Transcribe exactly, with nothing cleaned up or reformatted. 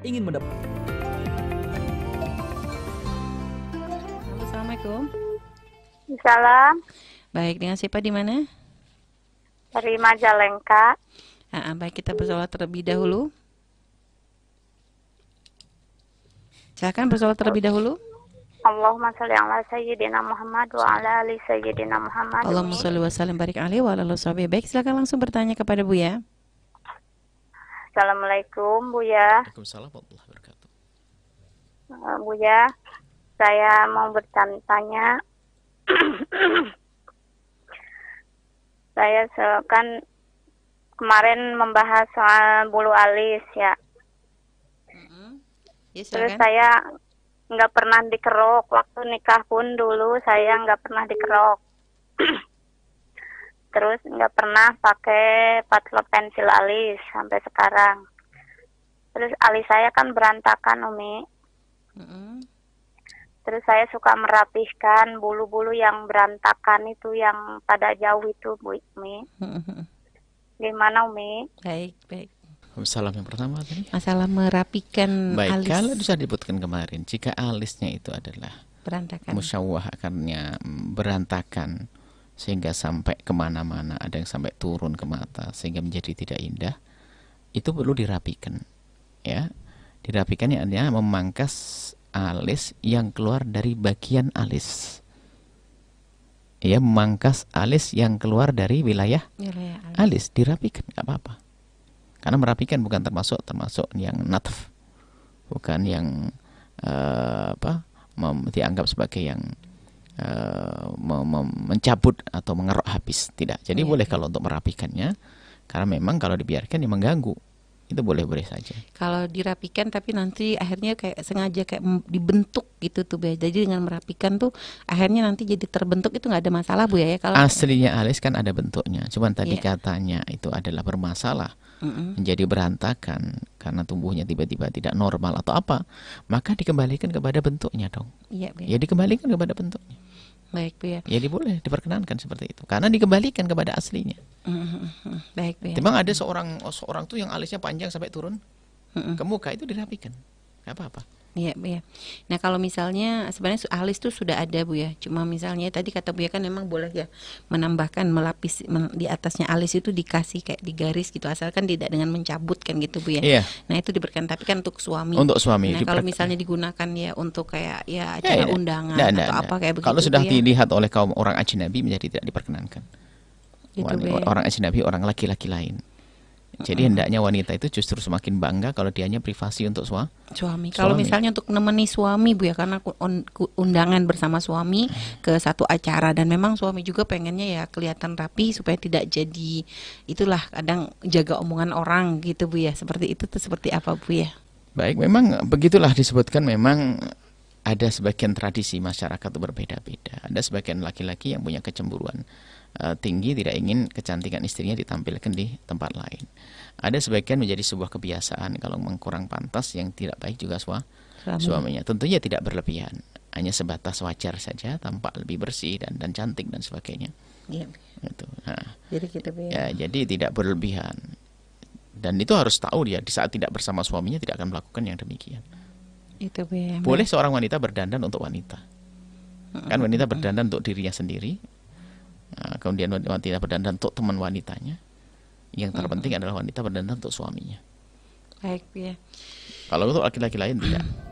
ingin mendapat. Assalamualaikum. Salam. Baik, dengan siapa di mana? Dari Majalengka. Ah, baik, kita bersolat terlebih dahulu. Silakan bersolat terlebih dahulu. Allahumma sholli ala sayyidina Muhammad wa ala ali sayyidina Muhammad. Allahumma sholli wa sallim barik alaihi wa ala alihi washabihi. Baik, silakan langsung bertanya kepada Buya. Assalamualaikum Buya. Waalaikumsalam warahmatullahi wabarakatuh. Uh, Buya, saya mau bertanya. Saya se- kan kemarin membahas soal bulu alis ya. Ya, Terus silakan. saya nggak pernah dikerok. Waktu nikah pun dulu saya nggak pernah dikerok. Terus nggak pernah pakai patlok pensil alis sampai sekarang. Terus alis saya kan berantakan, Umi. Mm-mm. Terus saya suka merapihkan bulu-bulu yang berantakan itu, yang pada jauh itu, Bu Umi. Mm-mm. Gimana, Umi? Baik, baik. Salam yang pertama tadi. Masalah merapikan Baik, alis kalau bisa disebutkan kemarin, jika alisnya itu adalah berantakan. musyawwah, akarnya berantakan sehingga sampai kemana-mana, ada yang sampai turun ke mata sehingga menjadi tidak indah, itu perlu dirapikan, ya. Dirapikan ya, artinya memangkas alis yang keluar dari bagian alis, ya, memangkas alis yang keluar dari wilayah Wilayah alis. alis, dirapikan, nggak apa-apa. Karena merapikan bukan termasuk termasuk yang natf, bukan yang uh, apa mem, dianggap sebagai yang uh, mem, mem, mencabut atau mengerok habis, tidak. Jadi Iya, boleh iya. kalau untuk merapikannya, karena memang kalau dibiarkan ya mengganggu, itu boleh-boleh saja. Kalau dirapikan tapi nanti akhirnya kayak sengaja kayak m- dibentuk gitu tuh, Bu. Jadi dengan merapikan tuh akhirnya nanti jadi terbentuk, itu nggak ada masalah, Bu ya? Ya, kalau Aslinya alis kan ada bentuknya, cuman tadi Iya. katanya itu adalah bermasalah, Mm-mm. menjadi berantakan karena tumbuhnya tiba-tiba tidak normal atau apa, maka dikembalikan kepada bentuknya dong. Iya, Bu. Ya dikembalikan kepada bentuknya. Baik, Bu ya. Jadi boleh diperkenankan seperti itu karena dikembalikan kepada aslinya. Mm-mm. Baik, Bu ya. Memang ada seorang seorang tuh yang alisnya panjang sampai turun Mm-mm. ke muka, itu dirapikan, nggak apa-apa. Iya, Bu ya. Nah, kalau misalnya sebenarnya su- alis tuh sudah ada, Bu ya. Cuma misalnya tadi kata Bu ya kan memang boleh ya menambahkan melapis men- di atasnya alis itu dikasih kayak digaris gitu, asalkan tidak dengan mencabut kan gitu, Bu ya. Iya, Nah, itu diberkan, tapi kan untuk suami. untuk suami. Nah, kalau diperken- misalnya digunakan ya untuk kayak ya Ya, acara ya, undangan nggak, atau nggak, apa nggak. kayak begitu, Kalau sudah Bu ya. dilihat oleh kaum orang ajnabi menjadi tidak diperkenankan. Gitu, Wan- Bu ya. Orang ajnabi, orang laki-laki lain. Jadi hendaknya wanita itu justru semakin bangga kalau dianya privasi untuk sua- Suami. Kalau Suami. misalnya untuk nemeni suami, Bu ya, karena ku- un- ku- undangan bersama suami ke satu acara dan memang suami juga pengennya ya kelihatan rapi supaya tidak jadi itulah kadang jaga omongan orang gitu, Bu ya. Seperti itu tuh seperti apa, Bu ya? Baik, memang begitulah disebutkan, memang ada sebagian tradisi masyarakat itu berbeda-beda. Ada sebagian laki-laki yang punya kecemburuan uh, tinggi, tidak ingin kecantikan istrinya ditampilkan di tempat lain. Ada sebagian menjadi sebuah kebiasaan, kalau memang kurang pantas yang tidak baik juga sua, Suami. suaminya. Tentunya tidak berlebihan, hanya sebatas wajar saja, tampak lebih bersih dan dan cantik dan sebagainya. Iya. Itu. Nah, Jadi gitu, Bu ya, ya. jadi tidak berlebihan. Dan itu harus tahu dia di saat tidak bersama suaminya tidak akan melakukan yang demikian. Itu, Bu ya. Boleh seorang wanita berdandan untuk wanita. Kan wanita berdandan untuk dirinya sendiri. Nah, kemudian wanita berdandan untuk teman wanitanya. Yang terpenting adalah wanita berdandan untuk suaminya. Baik, Bu ya. Kalau untuk laki-laki lain tidak.